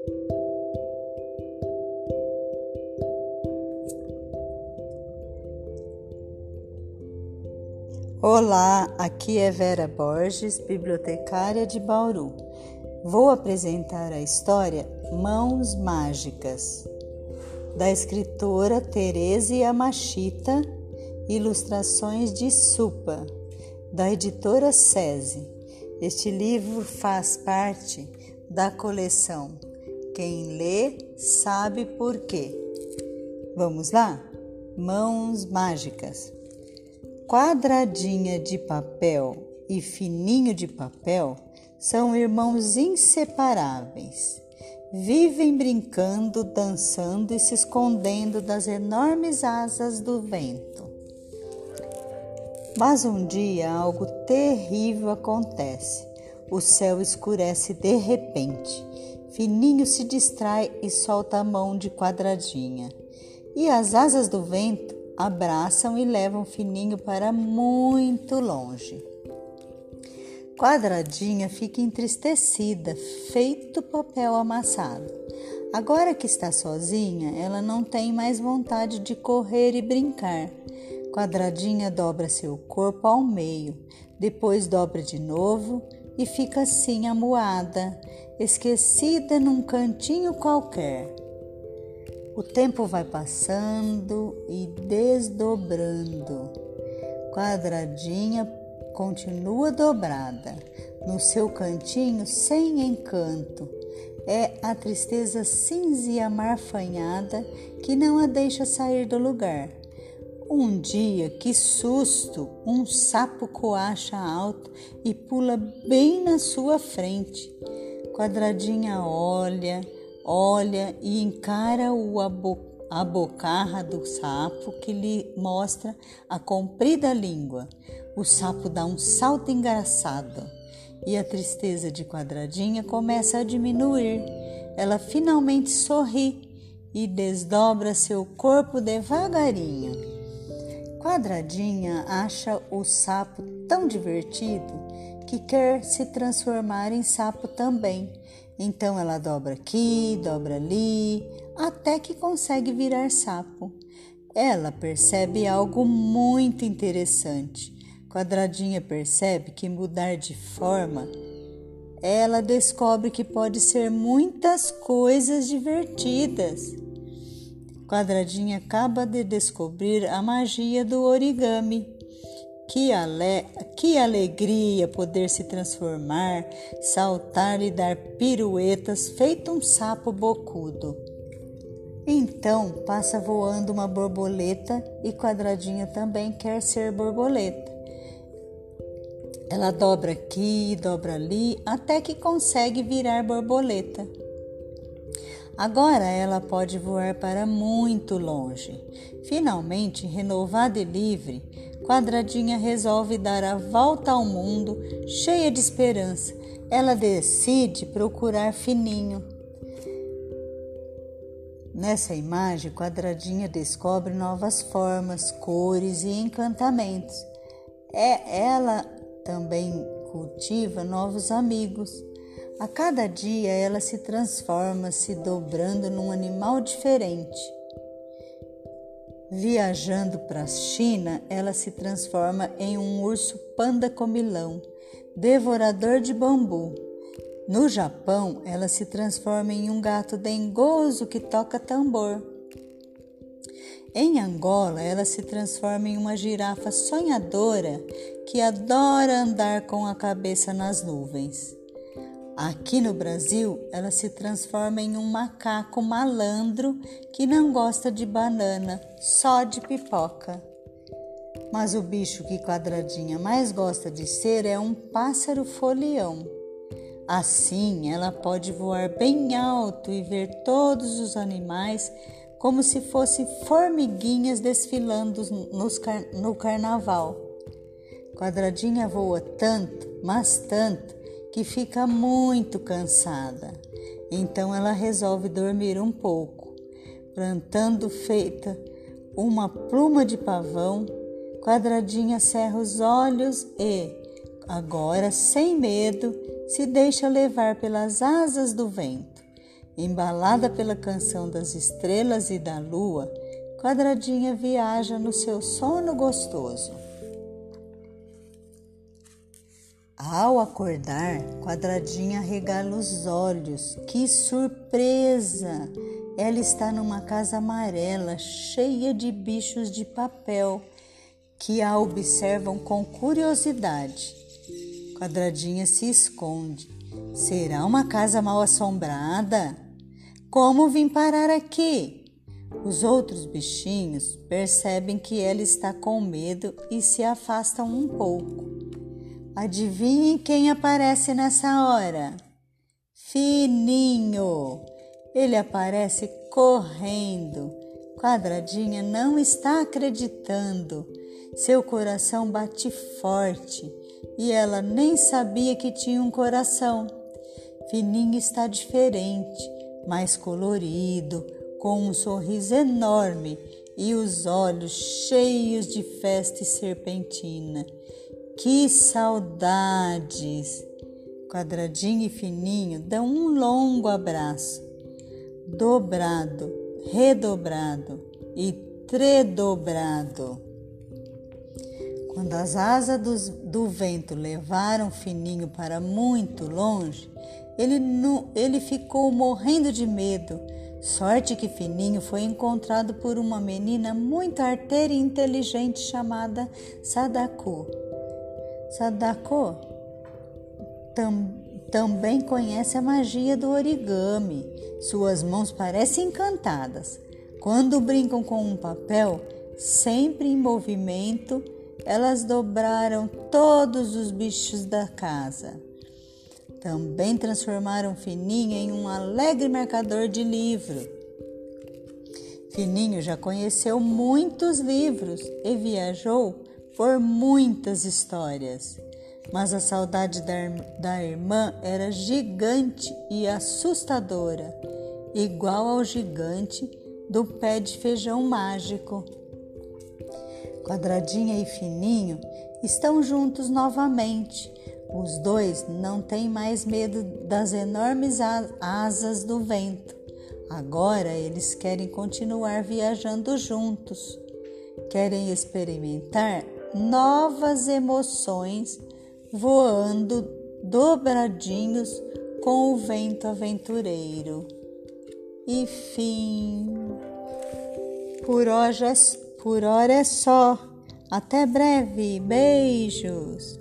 Olá, aqui é Vera Borges, bibliotecária de Bauru. Vou apresentar a história Mãos Mágicas, da escritora Tereza Yamashita, ilustrações de Supa, da editora SESI. Este livro faz parte da coleção Quem Lê Sabe Por Quê. Vamos lá? Mãos Mágicas. Quadradinha de papel e fininho de papel são irmãos inseparáveis. Vivem brincando, dançando e se escondendo das enormes asas do vento. Mas um dia algo terrível acontece. O céu escurece de repente. Fininho se distrai e solta a mão de Quadradinha. E as asas do vento abraçam e levam Fininho para muito longe. Quadradinha fica entristecida, feito papel amassado. Agora que está sozinha, ela não tem mais vontade de correr e brincar. Quadradinha dobra seu corpo ao meio, depois dobra de novo e fica assim amuada, esquecida num cantinho qualquer. O tempo vai passando e desdobrando. Quadradinha continua dobrada, no seu cantinho sem encanto. É a tristeza cinza e amarfanhada que não a deixa sair do lugar. Um dia, que susto, um sapo coacha alto e pula bem na sua frente. Quadradinha olha e encara a bocarra do sapo que lhe mostra a comprida língua. O sapo dá um salto engraçado e a tristeza de Quadradinha começa a diminuir. Ela finalmente sorri e desdobra seu corpo devagarinho. Quadradinha acha o sapo tão divertido que quer se transformar em sapo também. Então ela dobra aqui, dobra ali, até que consegue virar sapo. Ela percebe algo muito interessante. Quadradinha percebe que mudar de forma, ela descobre que pode ser muitas coisas divertidas. Quadradinha acaba de descobrir a magia do origami. Que alegria poder se transformar, saltar e dar piruetas feito um sapo bocudo. Então passa voando uma borboleta e Quadradinha também quer ser borboleta. Ela dobra aqui, dobra ali, até que consegue virar borboleta. Agora ela pode voar para muito longe. Finalmente, renovada e livre, Quadradinha resolve dar a volta ao mundo, cheia de esperança. Ela decide procurar Fininho. Nessa imagem, Quadradinha descobre novas formas, cores e encantamentos. Ela também cultiva novos amigos. A cada dia ela se transforma, se dobrando num animal diferente. Viajando para a China, ela se transforma em um urso panda comilão, devorador de bambu. No Japão, ela se transforma em um gato dengoso que toca tambor. Em Angola, ela se transforma em uma girafa sonhadora que adora andar com a cabeça nas nuvens. Aqui no Brasil, ela se transforma em um macaco malandro que não gosta de banana, só de pipoca. Mas o bicho que Quadradinha mais gosta de ser é um pássaro folião. Assim, ela pode voar bem alto e ver todos os animais como se fossem formiguinhas desfilando no carnaval. Quadradinha voa tanto, mas tanto, que fica muito cansada. Então ela resolve dormir um pouco. Plantando feita uma pluma de pavão, Quadradinha cerra os olhos e, agora sem medo, se deixa levar pelas asas do vento. Embalada pela canção das estrelas e da lua, Quadradinha viaja no seu sono gostoso. Ao acordar, Quadradinha regala os olhos. Que surpresa! Ela está numa casa amarela, cheia de bichos de papel, que a observam com curiosidade. Quadradinha se esconde. Será uma casa mal assombrada? Como vim parar aqui? Os outros bichinhos percebem que ela está com medo e se afastam um pouco. Adivinhem quem aparece nessa hora? Fininho! Ele aparece correndo. Quadradinha não está acreditando. Seu coração bate forte e ela nem sabia que tinha um coração. Fininho está diferente, mais colorido, com um sorriso enorme e os olhos cheios de festa e serpentina. Que saudades! Quadradinho e Fininho dão um longo abraço, dobrado, redobrado e tredobrado. Quando as asas do vento levaram Fininho para muito longe, ele ficou morrendo de medo. Sorte que Fininho foi encontrado por uma menina muito arteira e inteligente chamada Sadako. Sadako também conhece a magia do origami. Suas mãos parecem encantadas. Quando brincam com um papel, sempre em movimento, elas dobraram todos os bichos da casa. Também transformaram Fininho em um alegre marcador de livro. Fininho já conheceu muitos livros e viajou por muitas histórias. Mas a saudade da irmã era gigante e assustadora, igual ao gigante do pé de feijão mágico. Quadradinha e Fininho estão juntos novamente. Os dois não têm mais medo das enormes asas do vento. Agora eles querem continuar viajando juntos. Querem experimentar novas emoções, voando dobradinhos com o vento aventureiro. E fim. Por hora é só. Até breve. Beijos.